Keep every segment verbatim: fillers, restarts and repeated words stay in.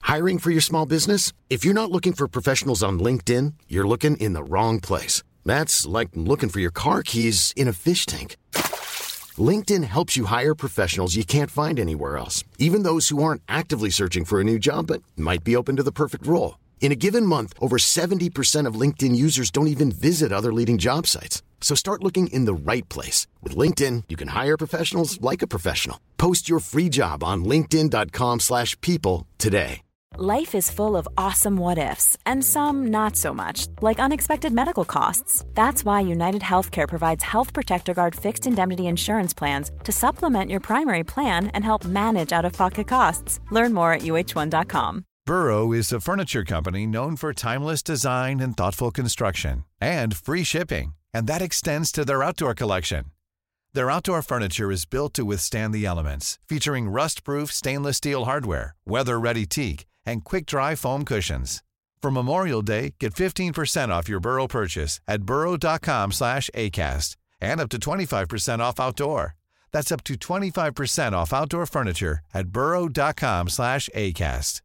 Hiring for your small business? If you're not looking for professionals on LinkedIn, you're looking in the wrong place. That's like looking for your car keys in a fish tank. LinkedIn helps you hire professionals you can't find anywhere else, even those who aren't actively searching for a new job but might be open to the perfect role. In a given month, over seventy percent of LinkedIn users don't even visit other leading job sites. So start looking in the right place. With LinkedIn, you can hire professionals like a professional. Post your free job on linkedin dot com slash people today. Life is full of awesome what-ifs, and some not so much, like unexpected medical costs. That's why United Healthcare provides Health Protector Guard fixed indemnity insurance plans to supplement your primary plan and help manage out-of-pocket costs. Learn more at u h one dot com. Burrow is a furniture company known for timeless design and thoughtful construction, and free shipping, and that extends to their outdoor collection. Their outdoor furniture is built to withstand the elements, featuring rust-proof stainless steel hardware, weather-ready teak, and quick-dry foam cushions. For Memorial Day, get fifteen percent off your Burrow purchase at burrow dot com slash acast, and up to twenty-five percent off outdoor. That's up to twenty-five percent off outdoor furniture at burrow dot com slash acast.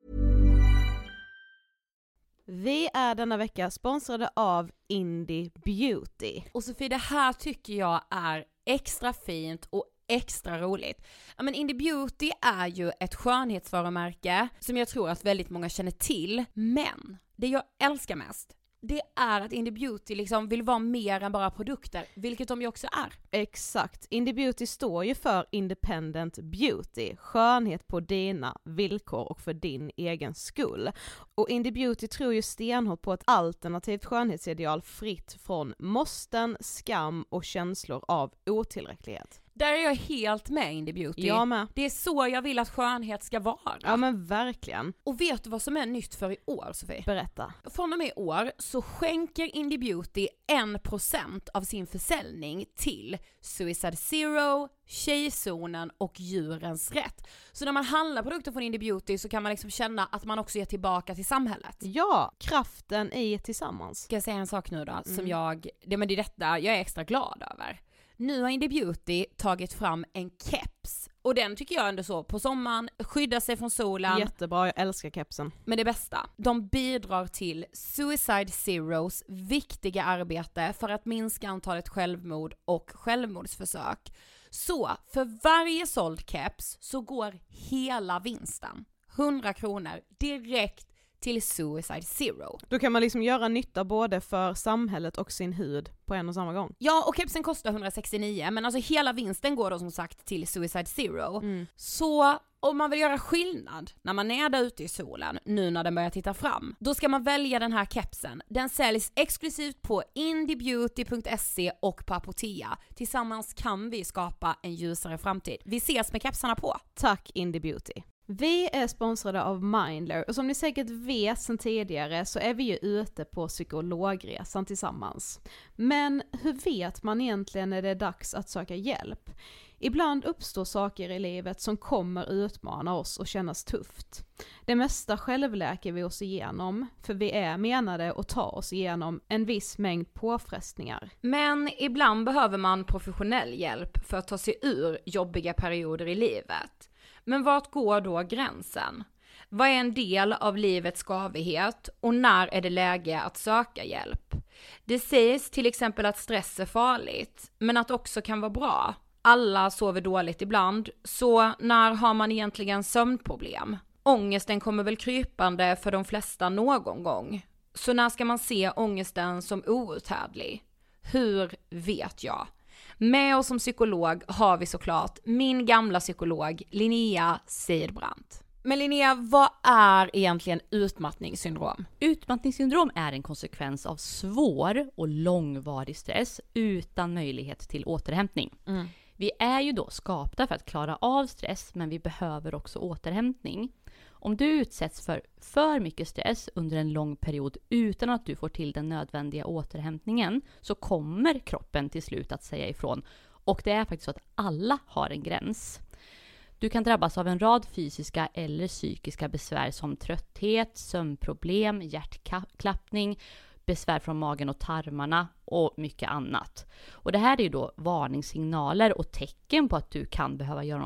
Vi är denna vecka sponsrade av Indie Beauty. Och Sofie, det här tycker jag är extra fint och extra roligt. Ja, men Indie Beauty är ju ett skönhetsvarumärke som jag tror att väldigt många känner till. Men det jag älskar mest, det är att Indie Beauty liksom vill vara mer än bara produkter, vilket de ju också är. Exakt. Indie Beauty står ju för Independent Beauty, skönhet på dina villkor och för din egen skull. Och Indie Beauty tror ju stenhårt på ett alternativt skönhetsideal fritt från måsten, skam och känslor av otillräcklighet. Där är jag helt med Indie Beauty. Jag med. Det är så jag vill att skönhet ska vara. Ja men verkligen. Och vet du vad som är nytt för i år, Sofie? Berätta. Från och med i år så skänker Indie Beauty en procent av sin försäljning till Suicide Zero, Tjejzonen och Djurens Rätt. Så när man handlar produkter från Indie Beauty så kan man liksom känna att man också ger tillbaka till samhället. Ja, kraften i tillsammans. Ska jag säga en sak nu då? Mm. Som jag, det, men det är detta jag är extra glad över. Nu har Indie Beauty tagit fram en keps. Och den tycker jag ändå så på sommaren, skydda sig från solen. Jättebra, jag älskar kepsen. Men det bästa, de bidrar till Suicide Zeros viktiga arbete för att minska antalet självmord och självmordsförsök. Så för varje såld keps så går hela vinsten, hundra kronor, direkt till Suicide Zero. Då kan man liksom göra nytta både för samhället och sin hud på en och samma gång. Ja, och kepsen kostar hundrasextionio, men alltså hela vinsten går då som sagt till Suicide Zero. Mm. Så om man vill göra skillnad när man är där ute i solen, nu när den börjar titta fram, då ska man välja den här kepsen. Den säljs exklusivt på indiebeauty punkt se och på Apotea. Tillsammans kan vi skapa en ljusare framtid. Vi ses med kepsarna på. Tack Indie Beauty. Vi är sponsrade av Mindler och som ni säkert vet sedan tidigare så är vi ju ute på psykologresan tillsammans. Men hur vet man egentligen när det är dags att söka hjälp? Ibland uppstår saker i livet som kommer utmana oss och kännas tufft. Det mesta självläker vi oss igenom, för vi är menade att ta oss igenom en viss mängd påfrestningar. Men ibland behöver man professionell hjälp för att ta sig ur jobbiga perioder i livet. Men vart går då gränsen? Vad är en del av livets skavighet och när är det läge att söka hjälp? Det sägs till exempel att stress är farligt, men att också kan vara bra. Alla sover dåligt ibland, så när har man egentligen sömnproblem? Ångesten kommer väl krypande för de flesta någon gång. Så när ska man se ångesten som outhärdlig? Hur vet jag? Med oss som psykolog har vi såklart min gamla psykolog Linnea Seidbrant. Men Linnea, vad är egentligen utmattningssyndrom? Utmattningssyndrom är en konsekvens av svår och långvarig stress utan möjlighet till återhämtning. Mm. Vi är ju då skapta för att klara av stress, men vi behöver också återhämtning. Om du utsätts för för mycket stress under en lång period utan att du får till den nödvändiga återhämtningen, så kommer kroppen till slut att säga ifrån. Och det är faktiskt så att alla har en gräns. Du kan drabbas av en rad fysiska eller psykiska besvär som trötthet, sömnproblem, hjärtklappning, besvär från magen och tarmarna och mycket annat. Och det här är ju då varningssignaler och tecken på att du kan behöva göra någonting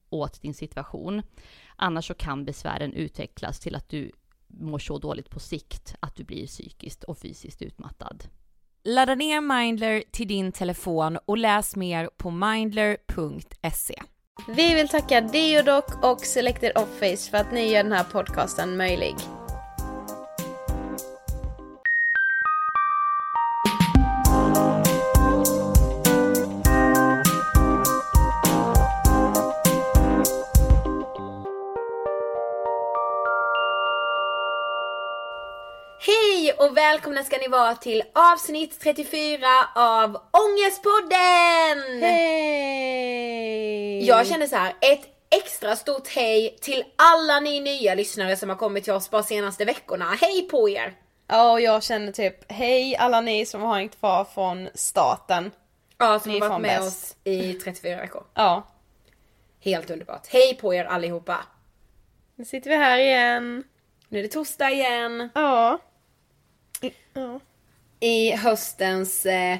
åt din situation. Annars så kan besvären utvecklas till att du mår så dåligt på sikt att du blir psykiskt och fysiskt utmattad. Ladda ner Mindler till din telefon och läs mer på mindler punkt se. Vi vill tacka Deodoc och Selected Office för att ni gör den här podcasten möjlig. Hej och välkomna ska ni vara till avsnitt trettiofyra av Ångestpodden! Hej! Jag känner så här, ett extra stort hej till alla ni nya lyssnare som har kommit till oss bara senaste veckorna. Hej på er! Ja, och jag känner typ, hej alla ni som har hängt kvar från starten. Ja, som Ni har är varit fan med bäst. oss i trettiofyra veckor. Ja, Helt underbart. Hej på er allihopa! nu sitter vi här igen. Nu är det torsdag igen. Ja. Ja. I höstens eh,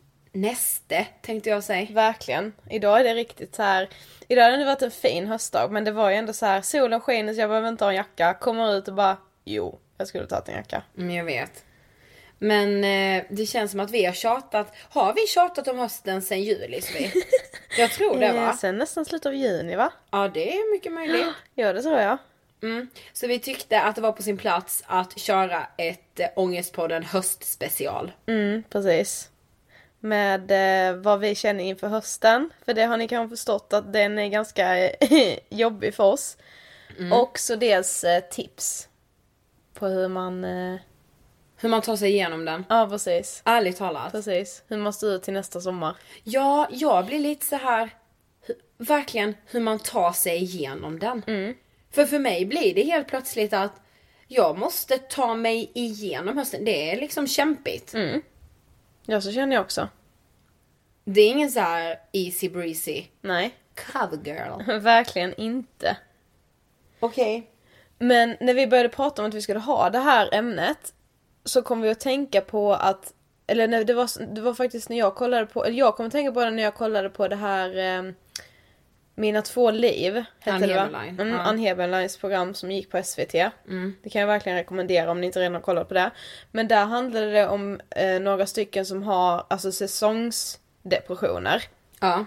näste, tänkte jag säga. Verkligen. Idag är det riktigt så här. Idag har det varit en fin höstdag, men det var ju ändå så här. Solen skiner så jag behöver inte ha en jacka. Kommer ut och bara, jo, jag skulle ta en jacka. Mm, jag vet. Men eh, det känns som att vi har tjatat. Har vi tjatat om hösten sen juli? Så vi? Jag tror det, va? Eh, sen nästan slut av juni, va? Ja, det är mycket möjligt. Ja, det tror jag. Mm. Så vi tyckte att det var på sin plats att köra ett äh, Ångestpodden höstspecial. Mm, precis. Med eh, vad vi känner inför hösten. För det har ni kanske förstått att den är ganska jobbig för oss. Mm. Och så dels eh, tips på hur man... Eh... Hur man tar sig igenom den. Ja, precis. Ärligt talat. Precis. Hur man står ut till nästa sommar. Ja, jag blir lite så här. Hu- verkligen hur man tar sig igenom den. Mm. För för mig blir det helt plötsligt att jag måste ta mig igenom hösten. Det är liksom kämpigt. Mm. Ja, så känner jag också. Det är ingen så här easy breezy Nej. cover girl. Verkligen inte. Okej. Okay. Men när vi började prata om att vi skulle ha det här ämnet så kom vi att tänka på att, eller när det var, det var faktiskt när jag kollade på, eller jag kom att tänka på det när jag kollade på det här eh, Mina två liv hette Ann det, va? Heberlein. Mm, Ja. Ann Heberleins program som gick på S V T. Mm. Det kan jag verkligen rekommendera om ni inte redan har kollat på det. Men där handlade det om eh, några stycken som har alltså säsongsdepressioner. Ja.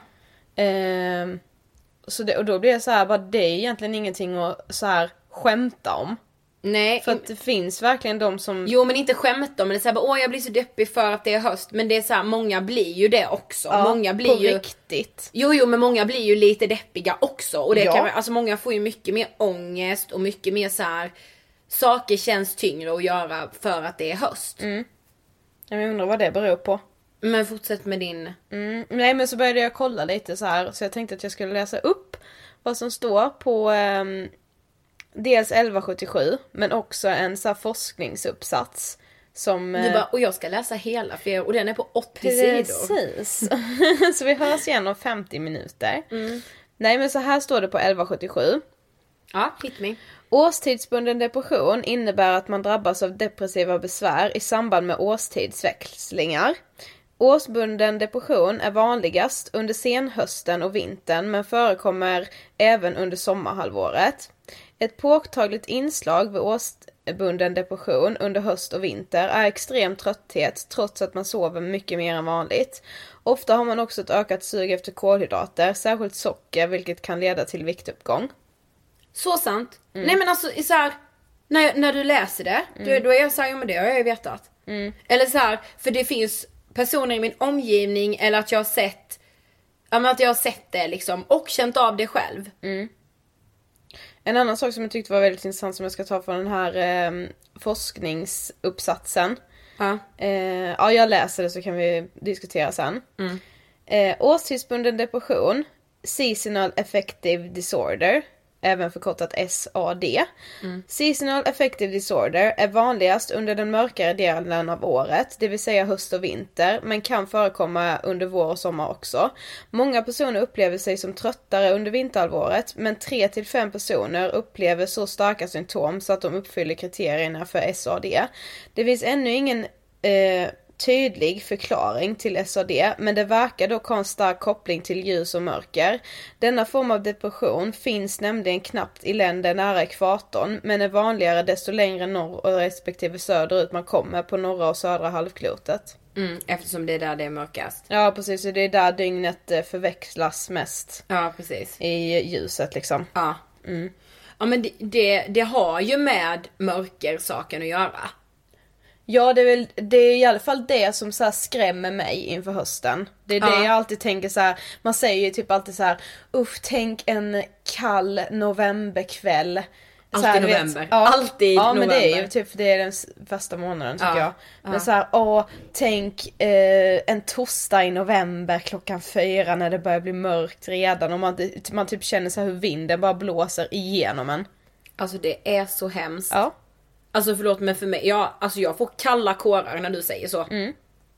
Eh, så det, och då blir det så här, bara det är egentligen ingenting att så här skämta om. Nej. För att det finns verkligen de som... Jo, men inte skämt om. Men det är så här, åh, jag blir så deppig för att det är höst. Men det är så här, många blir ju det också. Ja, många blir på ju... riktigt. Jo, jo, men många blir ju lite deppiga också. Och det Ja. kan, alltså många får ju mycket mer ångest och mycket mer så här. Saker känns tyngre att göra för att det är höst. Mm. Jag undrar vad det beror på. Men fortsätt med din... Mm. Nej, men så började jag kolla lite så här. Så jag tänkte att jag skulle läsa upp vad som står på... Um, dels elva sjuttiosju, men också en så här forskningsuppsats som... Du bara, och jag ska läsa hela för er, och den är på åttio sidor. Precis. Så vi hörs igen om femtio minuter. Mm. Nej, men så här står det på elva sjuttiosju. Ja, hit me. Årstidsbunden depression innebär att man drabbas av depressiva besvär i samband med årstidsväxlingar. Årsbunden depression är vanligast under senhösten och vintern, men förekommer även under sommarhalvåret. Ett påtagligt inslag vid årsbunden depression under höst och vinter är extrem trötthet trots att man sover mycket mer än vanligt. Ofta har man också ett ökat sug efter kolhydrater, särskilt socker, vilket kan leda till viktuppgång. Så sant. Mm. Nej, men alltså så här, när, när du läser det, mm. då, då är jag så här, jo men det har jag ju vetat. Mm. Eller så här, för det finns personer i min omgivning, eller att jag har sett, ja, men att jag har sett det liksom, och känt av det själv. Mm. En annan sak som jag tyckte var väldigt intressant som jag ska ta från den här eh, forskningsuppsatsen. Ja. Eh, ja, jag läser det så kan vi diskutera sen. Mm. Eh, årstidsbunden depression, Seasonal Affective Disorder, även förkortat S A D. Mm. Seasonal Affective Disorder är vanligast under den mörkare delen av året, det vill säga höst och vinter, men kan förekomma under vår och sommar också. Många personer upplever sig som tröttare under vinterhalvåret, men tre till fem personer upplever så starka symptom så att de uppfyller kriterierna för S A D. Det finns ännu ingen eh, tydlig förklaring till S A D, men det verkar dock ha en stark koppling till ljus och mörker. Denna form av depression finns nämligen knappt i länder nära ekvatorn, men är vanligare desto längre norr och respektive söderut man kommer på norra och södra halvklotet. Mm, eftersom det är där det är mörkast. Ja, precis. Och det är där dygnet förväxlas mest. Ja, precis. I ljuset liksom. Ja. Mm. Ja, men det, det, det har ju med mörkersaken att göra. Ja, det är, väl, det är i alla fall det som så här skrämmer mig inför hösten. Det är det ja. jag alltid tänker så här. Man säger ju typ alltid så här: uff, tänk en kall novemberkväll. Alltid här, november. Vet, ja, Alltid ja, november. men det är ju typ, det är den värsta månaden tycker ja. jag. Men ja. så här, åh, tänk eh, en torsdag i november klockan fyra när det börjar bli mörkt redan. Och man, man typ känner så här hur vinden bara blåser igenom en. Alltså det är så hemskt. Ja. Alltså förlåt, men för mig, jag, alltså jag får kalla kårar när du säger så. Mm.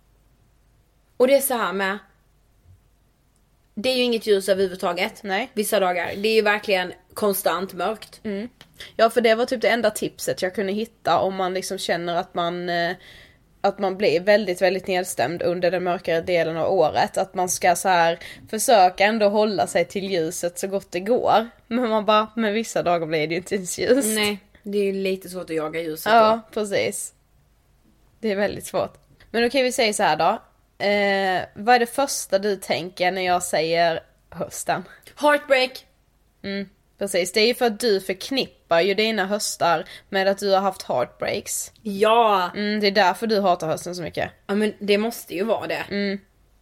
Och det är så här med, det är ju inget ljus överhuvudtaget. Nej. Vissa dagar, det är ju verkligen konstant mörkt. Mm. Ja, för det var typ det enda tipset jag kunde hitta om man liksom känner att man eh, att man blir väldigt, väldigt nedstämd under den mörkare delen av året. Att man ska så här försöka ändå hålla sig till ljuset så gott det går. Men man bara, med vissa dagar blir det ju inte ens ljus. Nej, det är ju lite svårt att jaga ljuset Ja, då. precis. Det är väldigt svårt. Men okej, vi säger så här då. Eh, vad är det första du tänker när jag säger hösten? Heartbreak. Mm, precis. Det är ju för att du förknippar ju dina höstar med att du har haft heartbreaks. Ja. Mm, det är därför du hatar hösten så mycket. Ja, men det måste ju vara det. Mm.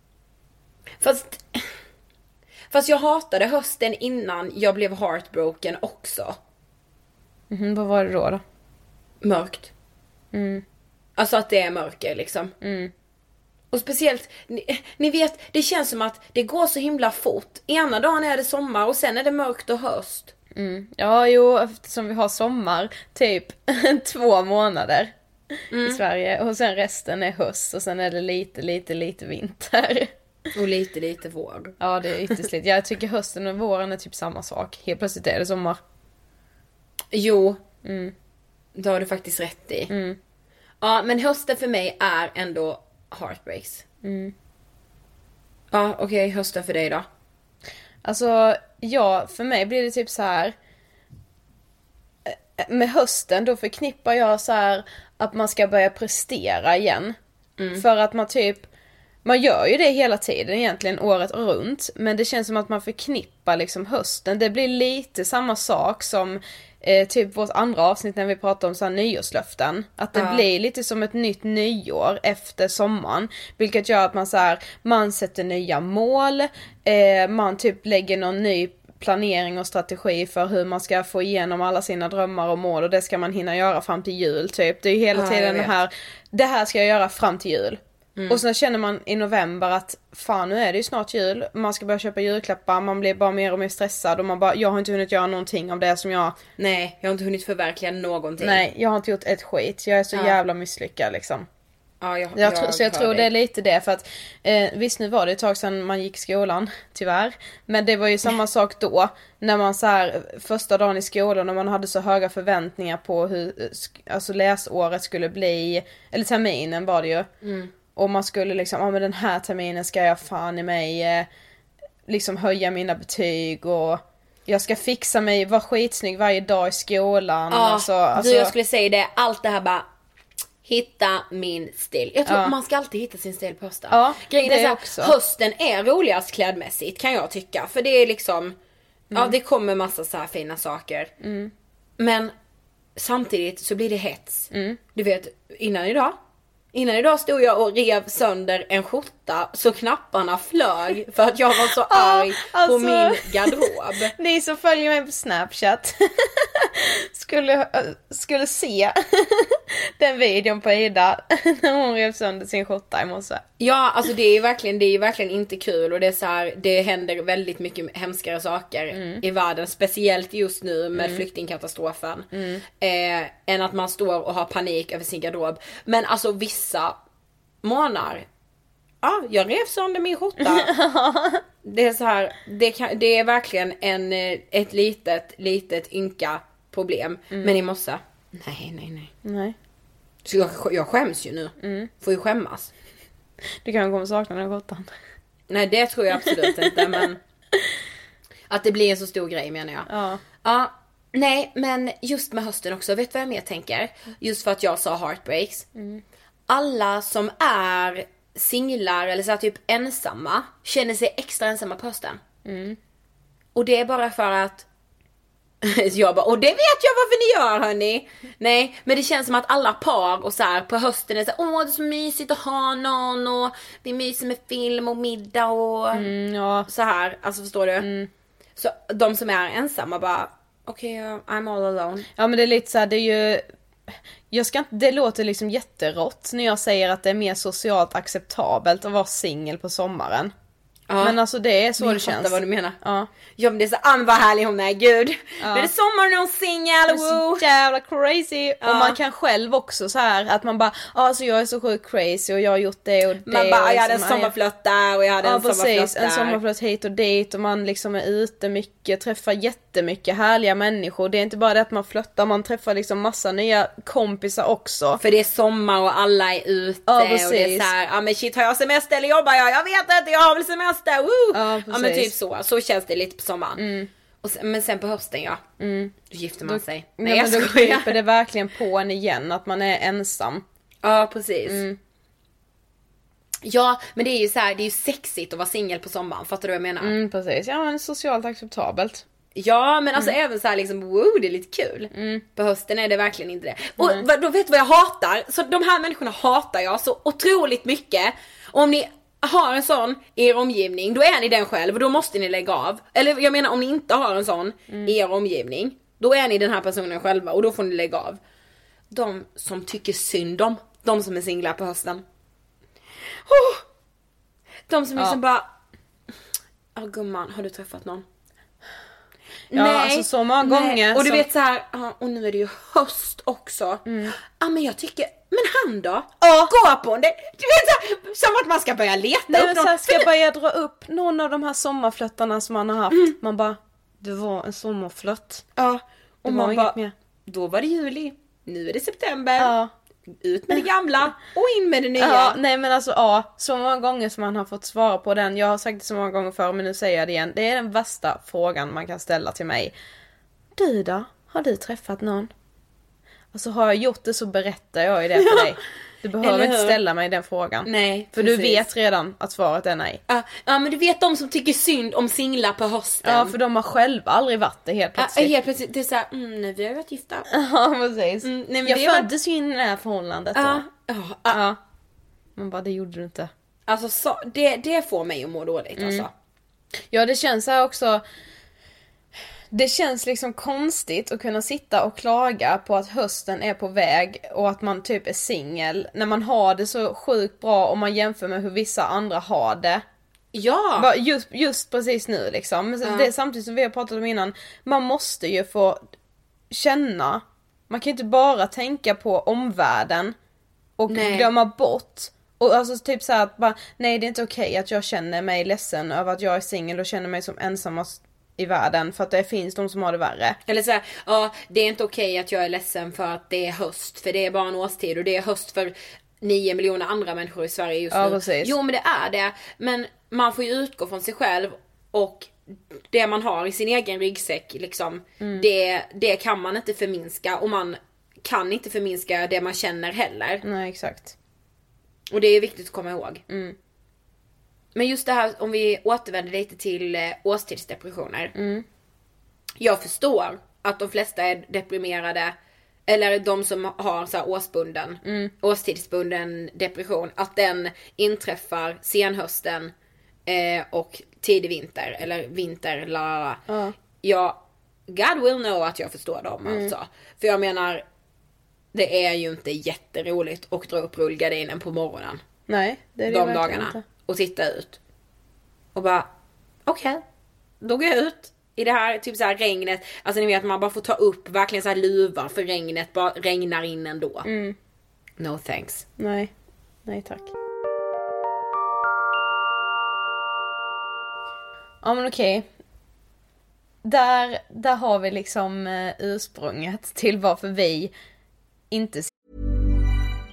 Fast, fast jag hatade hösten innan jag blev heartbroken också. Mm, vad var det då då? Mörkt. Mm. Alltså att det är mörker liksom. Mm. Och speciellt, ni, ni vet, det känns som att det går så himla fort. Ena dagen är det sommar och sen är det mörkt och höst. Mm. Ja, jo, eftersom vi har sommar typ två månader mm. i Sverige. Och sen resten är höst och sen är det lite, lite, lite vinter. Och lite, lite vår. Ja, det är ytterst lite. Jag tycker hösten och våren är typ samma sak. Helt plötsligt är det sommar. Jo, mm. det har du faktiskt rätt i. Mm. Ja, men hösten för mig är ändå heartbreaks. Mm. Ja, okej, okay, hösten för dig då? Alltså, ja, för mig blir det typ så här. Med hösten då förknippar jag så här att man ska börja prestera igen. Mm. För att man typ, man gör ju det hela tiden egentligen året runt. Men det känns som att man förknippar liksom hösten. Det blir lite samma sak som eh, typ vårt andra avsnitt när vi pratar om så här nyårslöften. Att det ja. blir lite som ett nytt nyår efter sommaren. Vilket gör att man så här, man sätter nya mål. Eh, man typ lägger någon ny planering och strategi för hur man ska få igenom alla sina drömmar och mål. Och det ska man hinna göra fram till jul typ. Det är ju hela ja, tiden det här, det här ska jag göra fram till jul. Mm. Och sen känner man i november att fan, nu är det ju snart jul. Man ska börja köpa julklappar. Man blir bara mer och mer stressad. Och man bara, jag har inte hunnit göra någonting av det som jag... Nej, jag har inte hunnit förverkliga någonting. Nej, jag har inte gjort ett skit. Jag är så ja. jävla misslyckad liksom. Ja, jag, jag, jag tror, så jag tror det är lite det. För att eh, visst, nu var det ett tag sedan man gick i skolan, tyvärr. Men det var ju samma sak då. När man så här, första dagen i skolan, och man hade så höga förväntningar på hur alltså läsåret skulle bli. Eller terminen var det ju. Mm. Och man skulle liksom, ja men den här terminen ska jag fan i mig eh, liksom höja mina betyg och jag ska fixa mig, vara skitsnygg varje dag i skolan. Ja, alltså, alltså... du, jag skulle säga det, allt det här bara, hitta min stil. Jag tror ja. man ska alltid hitta sin stil på hösten. Ja, grejen är så här, också. Hösten är roligast klädmässigt kan jag tycka. För det är liksom, mm. ja det kommer massa så här fina saker. Mm. Men samtidigt så blir det hets. Mm. Du vet, innan idag. Innan idag stod jag och rev sönder en skjorta så knapparna flög för att jag var så arg alltså, på min garderob. Ni som följer mig på Snapchat skulle, skulle se den videon på Ida när hon rev sönder sin skjorta i morse. Ja, alltså det är verkligen, det är verkligen inte kul och det är så här, det händer väldigt mycket hemskare saker mm. i världen, speciellt just nu med mm. flyktingkatastrofen. Mm. Eh, än att man står och har panik över sin garderob. Men alltså vissa månader, ja, jag rev sönder min skjorta. Det är så här, det, kan, det är verkligen en, ett litet, litet ynka problem. Mm. Men i morse, nej, nej, nej. Nej. Så jag, jag skäms ju nu. Mm. Får ju skämmas. Du kan komma sakna den skjortan. Nej, det tror jag absolut inte, men att det blir en så stor grej menar jag. Ja. Ja, nej, men just med hösten också, vet du vad jag mer tänker? Just för att jag sa heartbreaks. Mm. Alla som är singlar eller så här, typ ensamma känner sig extra ensamma på hösten. Mm. Och det är bara för att jag bara, och det vet jag varför ni gör hörni. Nej, men det känns som att alla par och så här på hösten är så här, åh det är så mysigt att ha någon och vi myser med film och middag och mm, ja. så här, alltså förstår du? Mm. Så de som är ensamma bara, okej, okay, uh, I'm all alone. Ja, men det är lite så här, det är ju jag ska inte, det låter liksom jätterått när jag säger att det är mer socialt acceptabelt att vara singel på sommaren. Ja. Men alltså det är så det känns. Vad du menar. Ja. Ja, men det är så, ah, vad härlig hon är, gud. Ja. Nu är det sommar och hon singel. Det är så jävla crazy. Ja. Och man kan själv också så här att man bara, ja alltså jag är så sjukt crazy och jag har gjort det och det. Man bara, och jag hade en liksom, sommarflött där och jag hade ja, en sommarflött där. en sommarflött hit och dit och man liksom är ute mycket, träffar jättemycket härliga människor. Det är inte bara det att man flöttar, man träffar liksom massa nya kompisar också. För det är sommar och alla är ute. Ja, och det är så här, ja men shit, har jag semester eller jobbar jag? Jag vet inte, jag har väl semester. Woo! Ja, ja men typ så, så känns det lite på sommaren. Mm. Och sen, men sen på hösten ja, mm. då gifter man då, sig. Nej, nej men då kryper det verkligen på en igen att man är ensam. Ja precis. Mm. Ja, men det är ju så här, det är ju sexigt att vara singel på sommaren, fattar du vad jag menar? Mm, precis, ja men socialt acceptabelt. Ja, men alltså mm. även så här liksom, wow, det är lite kul. Mm. På hösten är det verkligen inte det. Och mm. då vet du vad jag hatar? Så de här människorna hatar jag så otroligt mycket. Och om ni har en sån i er omgivning, då är ni den själv och då måste ni lägga av. Eller jag menar, om ni inte har en sån mm. i er omgivning, då är ni den här personen själva och då får ni lägga av. De som tycker synd om, de som är singlar på hösten. Oh! De som liksom ja. bara, ja oh, gumman, har du träffat någon? Ja, nej, alltså så många nej. gånger. Och du som... vet så här, och nu är det ju höst också. Mm. Ja, men jag tycker, men han då? Ja. Gå på det. Du vet så här, som att man ska börja leta nej, upp men någon. Så här, ska jag börja dra upp någon av de här sommarflöttarna som man har haft. Mm. Man bara, det var en sommarflött. Ja, och det man var bara, mer. Då var det juli. Nu är det september. Ja. Ut med det gamla och in med det nya. Ja, nej men alltså ja, så många gånger som man har fått svara på den. Jag har sagt det så många gånger förr, men nu säger jag det igen. Det är den värsta frågan man kan ställa till mig. Du då? Har du träffat någon? Alltså har jag gjort det så berättar jag ju det för dig. Du behöver inte ställa mig den frågan. Nej, för precis. Du vet redan att svaret är nej. Ja, ja, men du vet de som tycker synd om singlar på hösten. Ja, för de har själva aldrig varit det helt plötsligt. Ja, helt plötsligt. Det är såhär, mm, nej, vi har varit gifta. Ja, precis. Mm, nej, men jag det föddes ju in i det här förhållandet då. Ja, ja, ja. ja. Men bara, det gjorde du inte. Alltså, så, det, det får mig att må dåligt, mm. alltså. Ja, det känns här också... Det känns liksom konstigt att kunna sitta och klaga på att hösten är på väg och att man typ är singel när man har det så sjukt bra om man jämför med hur vissa andra har det. Ja! Just, just precis nu liksom. Men ja. det är samtidigt som vi har pratat om innan, man måste ju få känna. Man kan inte bara tänka på omvärlden och nej. glömma bort. Och alltså typ så här att bara, nej det är inte okej okay att jag känner mig ledsen över att jag är singel och känner mig som ensammast i världen för att det finns de som har det värre. Eller så här, ja, det är inte okej att jag är ledsen för att det är höst, för det är bara en årstid och det är höst för nio miljoner andra människor i Sverige just ja, nu. Precis. Jo, men det är det. Men man får ju utgå från sig själv och det man har i sin egen ryggsäck liksom, mm. det, det kan man inte förminska och man kan inte förminska det man känner heller. Nej, exakt. Och det är viktigt att komma ihåg. Mm. Men just det här, om vi återvänder lite till eh, årstidsdepressioner. Mm. Jag förstår att de flesta är deprimerade. Eller de som har så här årsbunden, mm. årstidsbunden depression. Att den inträffar senhösten eh, och tidig vinter. Eller vinter, la. Uh. Ja, God will know att jag förstår dem mm. alltså. För jag menar, det är ju inte jätteroligt att dra upp rullgardinen på morgonen. Nej, det är det de dagarna. Inte. Och titta ut. Och bara, okej. Okay, då går jag ut i det här typ så här regnet. Alltså ni vet, man bara får ta upp verkligen så här luvar för regnet bara regnar in ändå. Mm. No thanks. Nej, nej tack. Ja men okej. Okay. Där, där har vi liksom uh, ursprunget till varför vi inte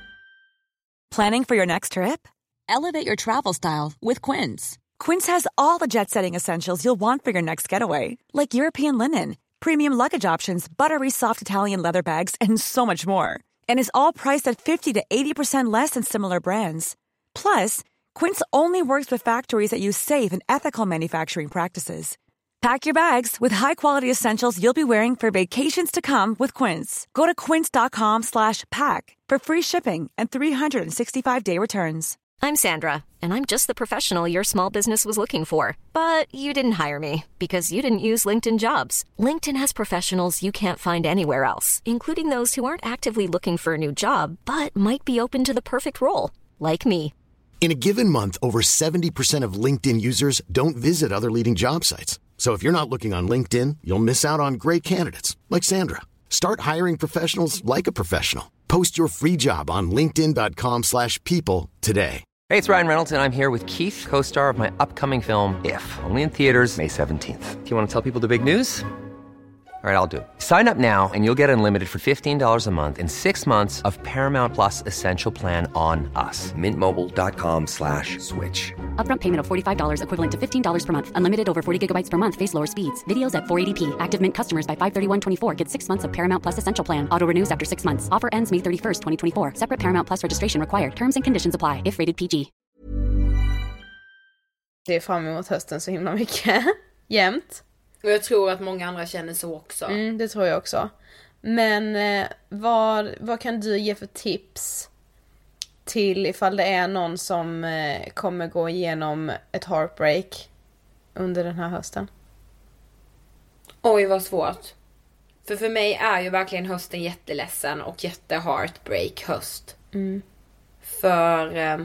Planning for your next trip? Elevate your travel style with Quince. Quince has all the jet-setting essentials you'll want for your next getaway, like European linen, premium luggage options, buttery soft Italian leather bags, and so much more. And is all priced at fifty to eighty percent less than similar brands. Plus, Quince only works with factories that use safe and ethical manufacturing practices. Pack your bags with high-quality essentials you'll be wearing for vacations to come with Quince. Go to quince.com slash pack for free shipping and three sixty-five day returns. I'm Sandra, and I'm just the professional your small business was looking for. But you didn't hire me because you didn't use LinkedIn Jobs. LinkedIn has professionals you can't find anywhere else, including those who aren't actively looking for a new job, but might be open to the perfect role, like me. In a given month, over seventy percent of LinkedIn users don't visit other leading job sites. So if you're not looking on LinkedIn, you'll miss out on great candidates like Sandra. Start hiring professionals like a professional. Post your free job on linkedin.com slash people today. Hey, it's Ryan Reynolds, and I'm here with Keith, co-star of my upcoming film, If, only in theaters May seventeenth. Do you want to tell people the big news? All right, I'll do it. Sign up now and you'll get unlimited for fifteen dollars a month and six months of Paramount Plus Essential Plan on us. Mint Mobile dot com slash switch. Upfront payment of forty-five dollars equivalent to fifteen dollars per month. Unlimited over forty gigabytes per month. Face lower speeds. Videos at four eighty p. Active Mint customers by five thirty-one twenty-four get six months of Paramount Plus Essential Plan. Auto renews after six months. Offer ends May thirty-first, twenty twenty-four. Separate Paramount Plus registration required. Terms and conditions apply if rated P G. Det är fram emot hösten så himla mycket. Jämt. Och jag tror att många andra känner så också. Mm, det tror jag också. Men eh, vad, vad kan du ge för tips till ifall det är någon som eh, kommer gå igenom ett heartbreak under den här hösten? Oj, vad svårt. För för mig är ju verkligen hösten jätteledsen och jätte heartbreak höst. Mm. För eh,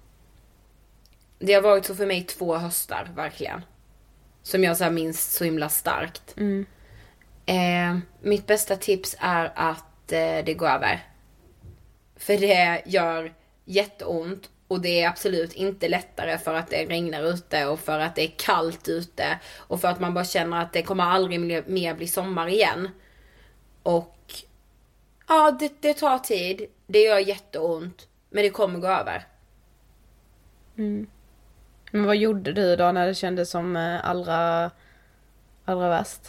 det har varit så för mig två höstar, verkligen. Som jag så här minns så himla starkt. Mm. Eh, mitt bästa tips är att eh, det går över. För det gör jätteont. Och det är absolut inte lättare för att det regnar ute. Och för att det är kallt ute. Och för att man bara känner att det kommer aldrig mer bli sommar igen. Och ja, det, det tar tid. Det gör jätteont. Men det kommer gå över. Mm. Men vad gjorde du då när det kändes som allra, allra värst?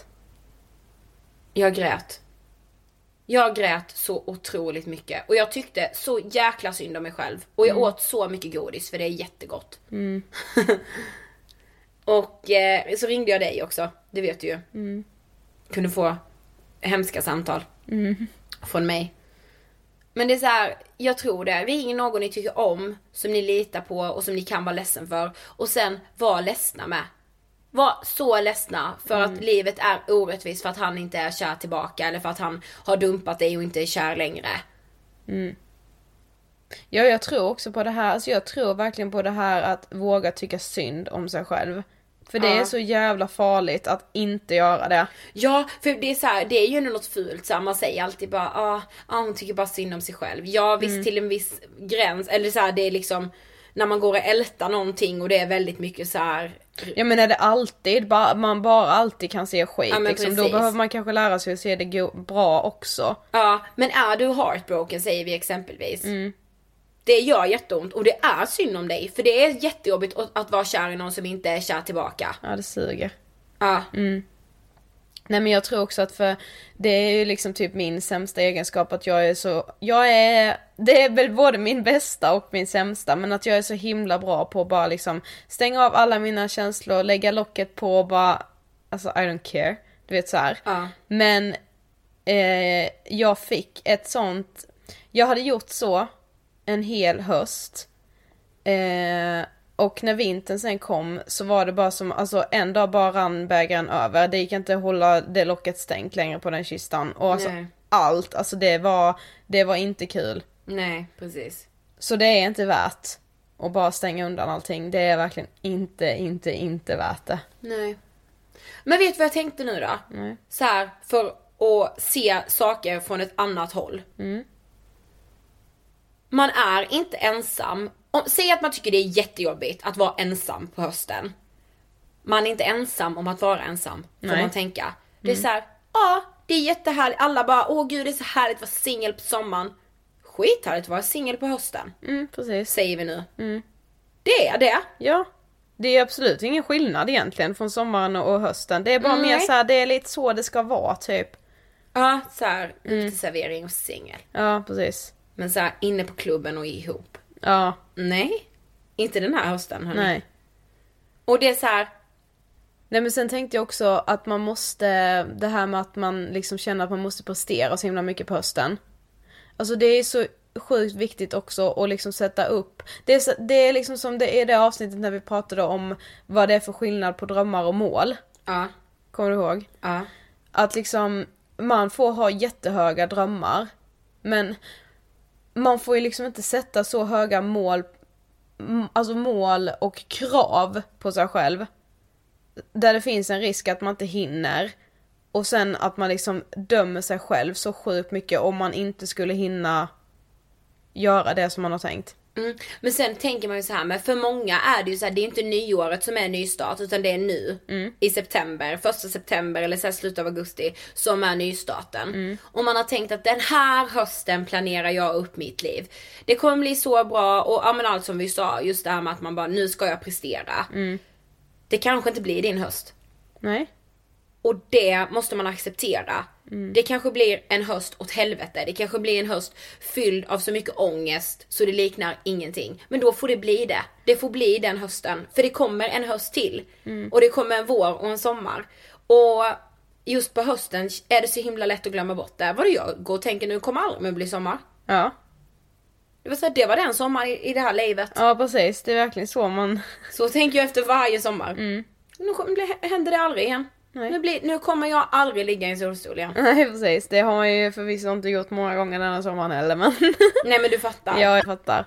Jag grät. Jag grät så otroligt mycket. Och jag tyckte så jäkla synd om mig själv. Och jag mm. åt så mycket godis för det är jättegott. Mm. Och eh, så ringde jag dig också. Det vet du ju. Mm. Kunde få hemska samtal. Mm. Från mig. Men det är så här, jag tror det. Ring någon ni tycker om, som ni litar på och som ni kan vara ledsen för. Och sen var ledsna med. Var så ledsna för mm. att livet är orättvist för att han inte är kär tillbaka. Eller för att han har dumpat dig och inte är kär längre. Mm. Ja, jag tror också på det här. Alltså jag tror verkligen på det här att våga tycka synd om sig själv. För det ja. är så jävla farligt att inte göra det. Ja, för det är så här, det är ju något fult så här, man säger alltid bara ah, ah, hon tycker bara synd om sig själv. Ja, visst mm. till en viss gräns. Eller så här, det är liksom när man går och ältar någonting och det är väldigt mycket så här. Ja, men är det alltid bara, man bara alltid kan se skit ja, liksom, då behöver man kanske lära sig att se det go- bra också. Ja, men är du heartbroken säger vi exempelvis. Mm. Det gör jätteont och det är synd om dig. För det är jättejobbigt att vara kär i någon som inte är kär tillbaka. Ja, det suger. Ja. Mm. Nej, men jag tror också att för det är ju liksom typ min sämsta egenskap att jag är så, jag är, det är väl både min bästa och min sämsta, men att jag är så himla bra på att bara liksom stänga av alla mina känslor, lägga locket på och bara, alltså I don't care, du vet så här. Ja. Men eh, jag fick ett sånt, jag hade gjort så en hel höst eh, och när vintern sen kom så var det bara som, alltså en dag bara rann bägaren över. Det gick inte att hålla det locket stängt längre på den kistan. Och alltså Nej. allt, alltså det var, det var inte kul. Nej, precis. Så det är inte värt att bara stänga undan allting. Det är verkligen inte, inte, inte värt det. Nej. Men vet du vad jag tänkte nu då? Nej. Så här, för att se saker från ett annat håll. Mm. Man är inte ensam. Om, säg att man tycker det är jättejobbigt att vara ensam på hösten. Man är inte ensam om att vara ensam. Får Nej. man tänka. Det är mm. så här, ja, det är jättehärligt. Alla bara, åh gud det är så härligt att vara singel på sommaren. skithärligt att vara singel på hösten. Mm, precis. Säger vi nu. Mm. Det är det. Ja. Det är absolut ingen skillnad egentligen från sommaren och hösten. Det är bara Mm, mer nej. så här, det är lite så det ska vara typ. Ja, så här uteservering och singel. Ja, precis. Men så här inne på klubben och ihop. Ja. Nej. Inte den här hösten, hörni. Nej. Och det är så här. Nej, men sen tänkte jag också att man måste, det här med att man liksom känner att man måste prestera så himla mycket på hösten. Alltså det är så sjukt viktigt också att liksom sätta upp. Det är, så, det är liksom som det är det avsnittet när vi pratade om vad det är för skillnad på drömmar och mål. Ja. Kommer du ihåg? Ja. Att liksom man får ha jättehöga drömmar. Men man får ju liksom inte sätta så höga mål, alltså mål och krav på sig själv. Där det finns en risk att man inte hinner. Och sen att man liksom dömer sig själv så sjukt mycket om man inte skulle hinna göra det som man har tänkt. Mm. Men sen tänker man ju så här, men för många är det ju så här, det är inte nyåret som är nystart, utan det är nu mm. i september, första september eller så här slutet av augusti som är nystarten. Mm. Och man har tänkt att den här hösten planerar jag upp mitt liv. Det kommer bli så bra och ja, men allt som vi sa, just det här med att man bara, nu ska jag prestera. Mm. Det kanske inte blir din höst. Nej. Och det måste man acceptera. Mm. Det kanske blir en höst åt helvete. Det kanske blir en höst fylld av så mycket ångest så det liknar ingenting. Men då får det bli det. Det får bli den hösten. För det kommer en höst till. Mm. Och det kommer en vår och en sommar. Och just på hösten är det så himla lätt att glömma bort det. Vad det jag går och tänker, nu kommer aldrig mer bli sommar. Ja. Det var, så här, det var den sommar i, i det här livet. Ja, precis. Det är verkligen så man... Så tänker jag efter varje sommar. Mm. Nu händer det aldrig igen. Nu, blir, nu kommer jag aldrig ligga i en solstol igen. Nej, precis. Det har man ju förvisso inte gjort många gånger denna sommaren heller, men... Nej, men du fattar. Ja, jag fattar.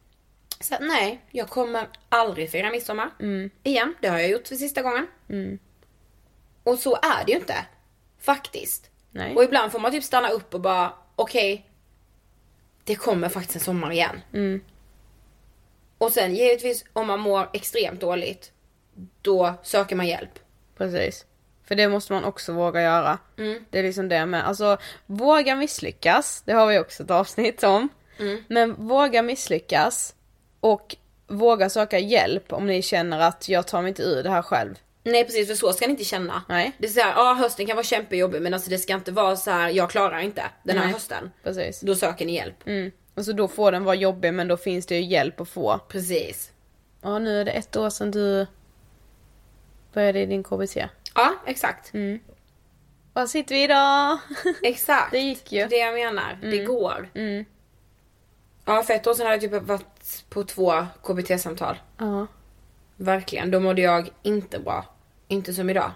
Så nej, jag kommer aldrig fira midsommar mm. igen. Det har jag gjort för sista gången. Mm. Och så är det ju inte. Faktiskt. Nej. Och ibland får man typ stanna upp och bara, okej, okay, det kommer faktiskt en sommar igen. Mm. Och sen givetvis, om man mår extremt dåligt, då söker man hjälp. Precis. För det måste man också våga göra. Mm. Det är liksom det med. Alltså, våga misslyckas. Det har vi också ett avsnitt om. Mm. Men våga misslyckas. Och våga söka hjälp om ni känner att jag tar mig inte ur det här själv. Nej, precis. För så ska ni inte känna. Nej. Det är så här, ja, hösten kan vara kämpejobbig. Men alltså det ska inte vara så här, jag klarar inte den här Nej. hösten. Precis. Då söker ni hjälp. Mm. Och så då får den vara jobbig, men då finns det ju hjälp att få. Precis. Ja, nu är det ett år sedan du började i din K B T. Ja, exakt. Mm. Var sitter vi idag? Exakt. Det gick ju. Det jag menar. Mm. Det går. Mm. Ja, för ett år sedan hade jag typ varit på två K B T-samtal. Ja. Verkligen. Då mådde jag inte bra. Inte som idag.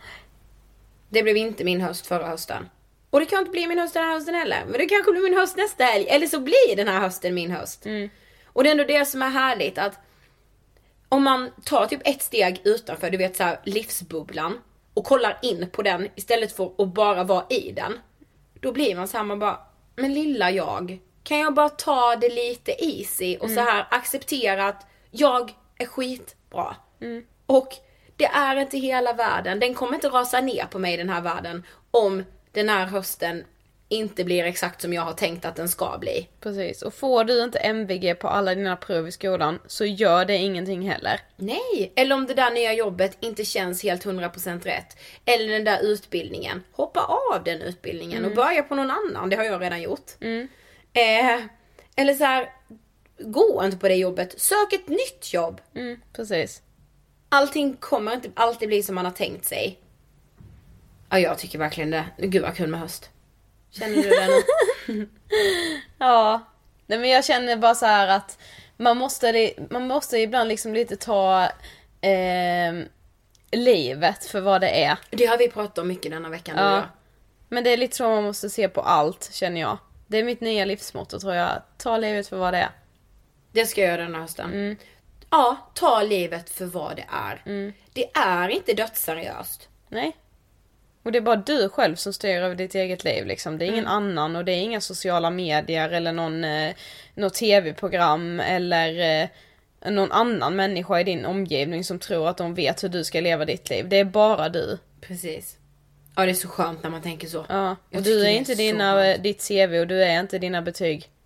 Det blev inte min höst förra hösten. Och det kan inte bli min höst den här hösten heller. Men det kanske blir min höst nästa helg. Eller så blir den här hösten min höst. Mm. Och det är ändå det som är härligt. Att om man tar typ ett steg utanför, du vet så här, livsbubblan. Och kollar in på den istället för att bara vara i den. Då blir man så här, man bara, men lilla jag. Kan jag bara ta det lite easy. Och mm. så här acceptera att jag är skitbra. Mm. Och det är inte hela världen. Den kommer inte rasa ner på mig, den här världen. Om den här hösten inte blir exakt som jag har tänkt att den ska bli. Precis. Och får du inte M V G på alla dina prov i skolan, så gör det ingenting heller. Nej. Eller om det där nya jobbet inte känns helt hundra procent rätt. Eller den där utbildningen. Hoppa av den utbildningen mm. och börja på någon annan. Det har jag redan gjort. Mm. Eh, eller så här, gå inte på det jobbet. Sök ett nytt jobb. Mm, precis. Allting kommer inte alltid bli som man har tänkt sig. Ja, jag tycker verkligen det. Gud vad kul med höst. Känner du det nu? Ja. Nej, men jag känner bara så här att man måste, man måste ibland liksom lite ta eh, livet för vad det är. Det har vi pratat om mycket denna veckan. Ja. Nu. Men det är lite så man måste se på allt, känner jag. Det är mitt nya livsmotto, tror jag. Ta livet för vad det är. Det ska jag göra den här hösten. Mm. Ja, ta livet för vad det är. Mm. Det är inte dödsseriöst. Nej. Och det är bara du själv som styr över ditt eget liv liksom. Det är ingen mm. annan, och det är inga sociala medier eller någon, eh, något tv-program eller eh, någon annan människa i din omgivning som tror att de vet hur du ska leva ditt liv. Det är bara du. Precis. Ja, det är så skönt när man tänker så. Ja, och du är inte dina, ditt C V och du är inte dina betyg.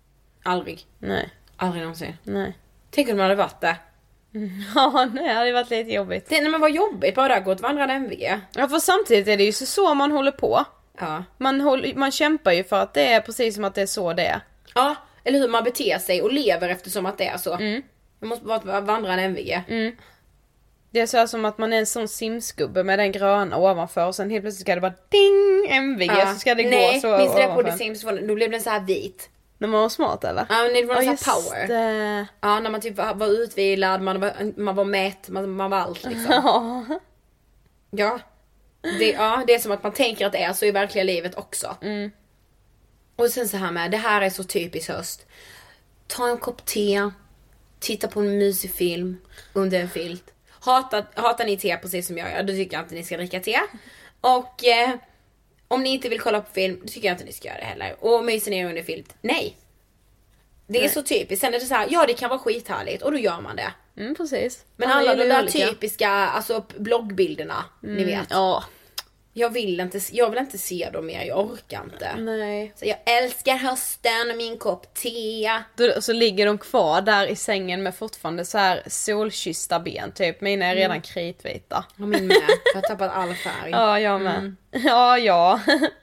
Aldrig. Nej. Aldrig någonsin. Nej. Tänk om man hade varit där. Ja, nej, det hade varit lite jobbigt. Det, nej, men vad jobbigt, bara där gå ett vandrande M V G. Ja, för samtidigt är det ju så, så man håller på. Ja. Man, håller, man kämpar ju för att det är precis som att det är så det är. Ja, eller hur man beter sig och lever eftersom att det är så. Mm. Det måste vara ett vandrande M V G. Mm. Det är så här som att man är en sån simskubbe med den gröna ovanför och sen helt plötsligt ska det bara ding M V G Ja. så ska det Nej, gå så minns du det på ovanför. The Sims? Då blev den så här vit. När man var smart eller? Ja, men det var Ja, så just här power. det. Ja, när man typ var, var utvilad, man var, man var mätt, man, man var allt liksom. Ja. Ja. Det, ja, det är som att man tänker att det är så i verkliga livet också. Mm. Och sen så här med, det här är så typiskt höst. Ta en kopp te, titta på en mysig film under en filt. Hatar, hatar ni te precis som jag gör, då tycker jag inte ni ska dricka te. Och eh, om ni inte vill kolla på film, då tycker jag inte ni ska göra det heller. Och mysa ner under filt, nej. Det är Nej. så typiskt. Sen är det så här, ja det kan vara skithärligt och då gör man det. Mm, precis. Men Alla alla de gillar där olika. typiska alltså bloggbilderna, Mm, ni vet. Ja. Jag vill inte, jag vill inte se dem mer, jag orkar inte. Nej. Så jag älskar hösten och min kopp te. Då, så ligger de kvar där i sängen med fortfarande så här solkyssta ben typ. Mina är redan Mm. kritvita. Och min med, jag har tappat all färg. Ja, jag med. Mm. Ja, ja.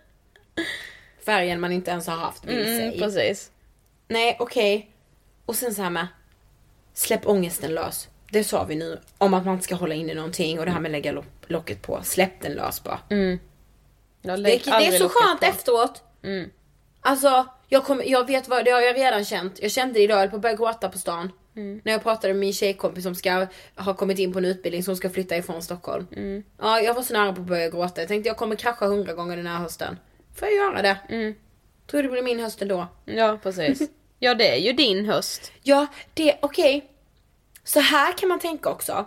Färgen man inte ens har haft vill Mm, sig. precis. Nej, okej. Okay. Och sen så här med, släpp ångesten lös. Det sa vi nu, om att man inte ska hålla inne någonting. Och det här med lägga lo- locket på, släpp den lös bara. Mm. Det, det är så skönt efteråt. Mm. Alltså, jag, kom, jag vet vad, det har jag redan känt. Jag kände det idag, jag höll på att börja gråta på stan. Mm. När jag pratade med min tjejkompis som ska ha kommit in på en utbildning som ska flytta ifrån Stockholm. Mm. Ja, jag var så nära på att börja gråta. Jag tänkte jag kommer krascha hundra gånger den här hösten. Får jag göra det? Mm. Tror det blir min höst ändå. Ja, precis. Ja, det är ju din höst. Ja, det, okej. Okay. Så här kan man tänka också.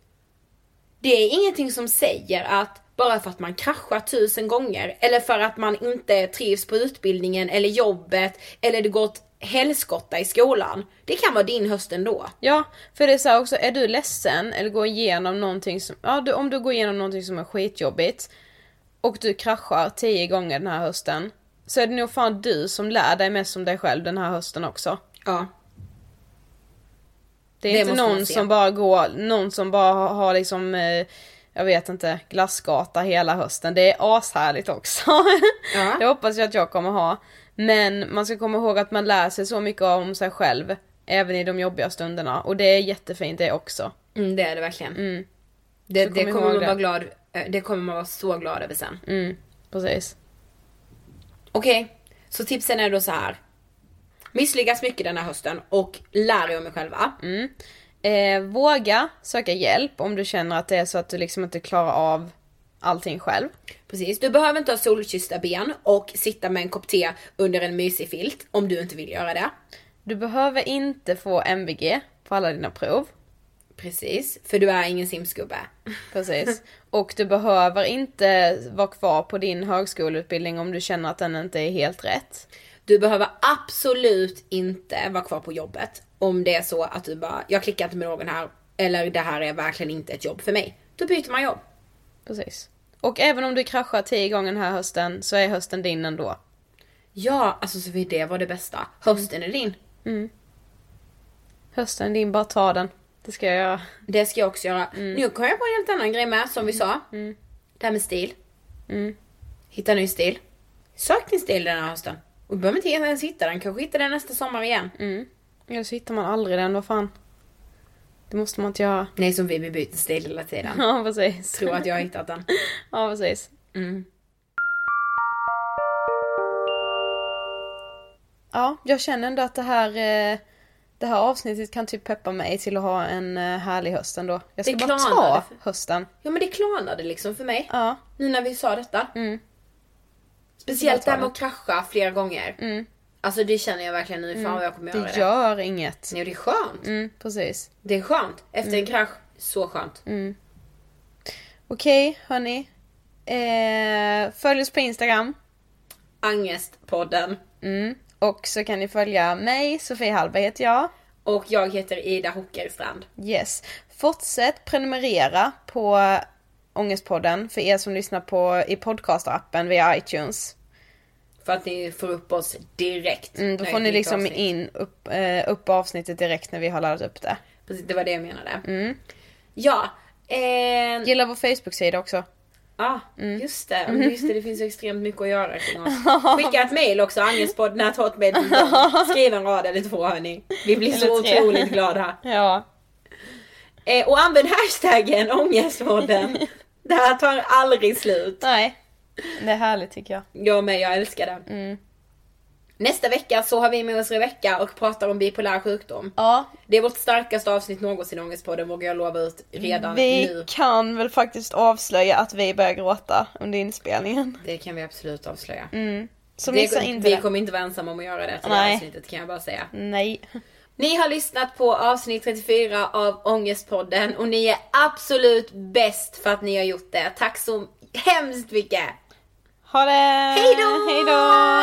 Det är ingenting som säger att bara för att man kraschar tusen gånger eller för att man inte trivs på utbildningen eller jobbet eller det går åt helskotta i skolan. Det kan vara din höst ändå. Ja, för det är så här också, är du ledsen eller går igenom någonting som, ja, du, om du går igenom någonting som är skitjobbigt och du kraschar tio gånger den här hösten, så är det nog fan du som lär dig mest om dig själv den här hösten också. Ja. Det är Det inte måste man någon se. som bara går, någon som bara har, har liksom, eh, jag vet inte, glassgata hela hösten. Det är ashärligt också. Ja. Det hoppas jag att jag kommer ha. Men man ska komma ihåg att man lär sig så mycket om sig själv, även i de jobbiga stunderna. Och det är jättefint det också. Mm, det är det verkligen. Mm. Det, Så det kom kommer ihåg man det. vara glad, det kommer man vara så glad över sen. Mm, precis. Okej, så tipsen är då så här. Misslyckas mycket den här hösten och lär dig om mig själva. Mm. Eh, våga söka hjälp om du känner att det är så att du liksom inte klarar av allting själv. Precis, du behöver inte ha solkyssta ben och sitta med en kopp te under en mysig filt om du inte vill göra det. Du behöver inte få M V G på alla dina prov. Precis, för du är ingen simskubbe. Precis. Och du behöver inte vara kvar på din högskoleutbildning om du känner att den inte är helt rätt. Du behöver absolut inte vara kvar på jobbet om det är så att du bara, jag klickar inte med någon här, eller det här är verkligen inte ett jobb för mig. Då byter man jobb. Precis. Och även om du kraschar tio gånger den här hösten så är hösten din ändå. Ja, alltså så det var det bästa. Hösten är din. Mm. Hösten är din, bara ta den. Det ska jag göra. Det ska jag också göra. Mm. Nu kommer jag på en helt annan grej med, som vi sa. Mm. Det här med stil. Mm. Hitta ny stil. Sök din stil den här hösten. Och du behöver inte ens hitta den. Kanske hitta den nästa sommar igen. Mm. Eller så hittar man aldrig den, vad fan. Det måste man inte göra. Nej, som vi byter stil hela tiden. Ja, precis. Tror att jag har hittat den. Ja, precis. Mm. Ja, jag känner ändå att det här, eh, det här avsnittet kan typ peppa mig till att ha en eh, härlig höst ändå. Jag ska Det bara klarnade ta för- hösten. Ja, men det klarnade liksom för mig. Ja. Nu när vi sa detta. Mm. Speciellt det här Jag med tar att krascha flera gånger. Mm. Alltså det känner jag verkligen nu. Fan Mm. vad jag kommer göra Det det. gör inget. Nej, det är skönt. Mm, precis. Det är skönt. Efter Mm. en krasch, så skönt. Mm. Okej, hörni. Eh, följ oss på Instagram. Angestpodden. Mm. Och så kan ni följa mig, Sofie Hallberg heter jag. Och jag heter Ida Hockerstrand. Yes. Fortsätt prenumerera på Ångestpodden för er som lyssnar på i podcastarappen via iTunes. För att ni får upp oss direkt. Mm, då får ni liksom avsnitt. in upp, uh, upp avsnittet direkt när vi har laddat upp det. Precis, det var det jag menade. Mm. Ja. Eh... Gilla vår Facebook-sida också. Ja, ah, mm. just det. Just det, det finns ju extremt mycket att göra kring oss. Skicka ett mail också, angelspodden at hotmail punkt com. Skriv en rad eller två, hörni. Vi blir så otroligt glada. Ja. Eh, och använd hashtaggen ångestpodden. Det här tar aldrig slut. Nej, det är härligt tycker jag. Jag med, jag älskar det. Mm. Nästa vecka så har vi med oss Rebecca och pratar om bipolär sjukdom. Ja. Det är vårt starkaste avsnitt någonsin i Ångestpodden, vågar jag lova ut redan vi nu. Vi kan väl faktiskt avslöja att vi börjar gråta under inspelningen. Det kan vi absolut avslöja. Mm. Så det, missa inte vi det. kommer inte vara ensamma om att göra det till Nej. det avsnittet, kan jag bara säga. Nej. Ni har lyssnat på avsnitt trettiofyra av Ångestpodden och ni är absolut bäst för att ni har gjort det. Tack så hemskt mycket. Ha det. Hej då. Hej då.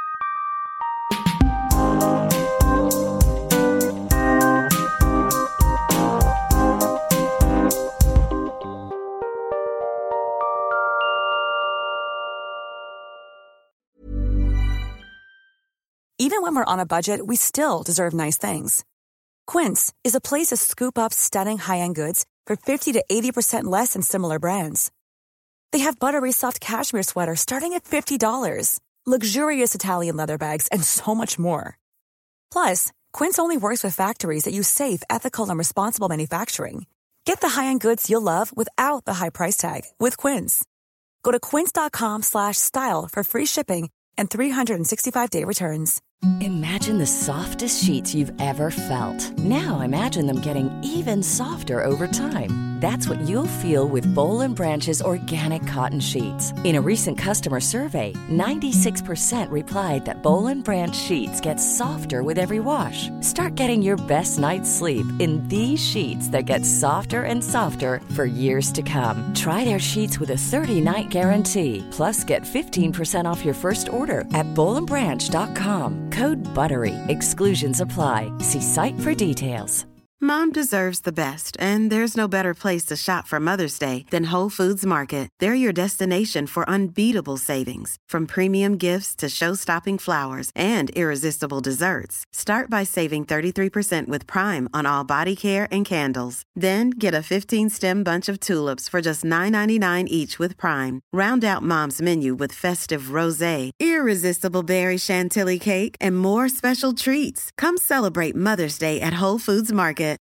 Even when we're on a budget, we still deserve nice things. Quince is a place to scoop up stunning high-end goods for fifty to eighty percent less than similar brands. They have buttery soft cashmere sweaters starting at fifty dollars, luxurious Italian leather bags, and so much more. Plus, Quince only works with factories that use safe, ethical, and responsible manufacturing. Get the high-end goods you'll love without the high price tag with Quince. Go to quince.com slash style for free shipping and three sixty-five day returns. Imagine the softest sheets you've ever felt. Now imagine them getting even softer over time. That's what you'll feel with Boll and Branch's organic cotton sheets. In a recent customer survey, ninety-six percent replied that Boll and Branch sheets get softer with every wash. Start getting your best night's sleep in these sheets that get softer and softer for years to come. Try their sheets with a thirty night guarantee. Plus, get fifteen percent off your first order at boll and branch dot com. Code BUTTERY. Exclusions apply. See site for details. Mom deserves the best, and there's no better place to shop for Mother's Day than Whole Foods Market. They're your destination for unbeatable savings, from premium gifts to show-stopping flowers and irresistible desserts. Start by saving thirty-three percent with Prime on all body care and candles. Then get a fifteen stem bunch of tulips for just nine ninety-nine each with Prime. Round out Mom's menu with festive rosé, irresistible berry chantilly cake, and more special treats. Come celebrate Mother's Day at Whole Foods Market.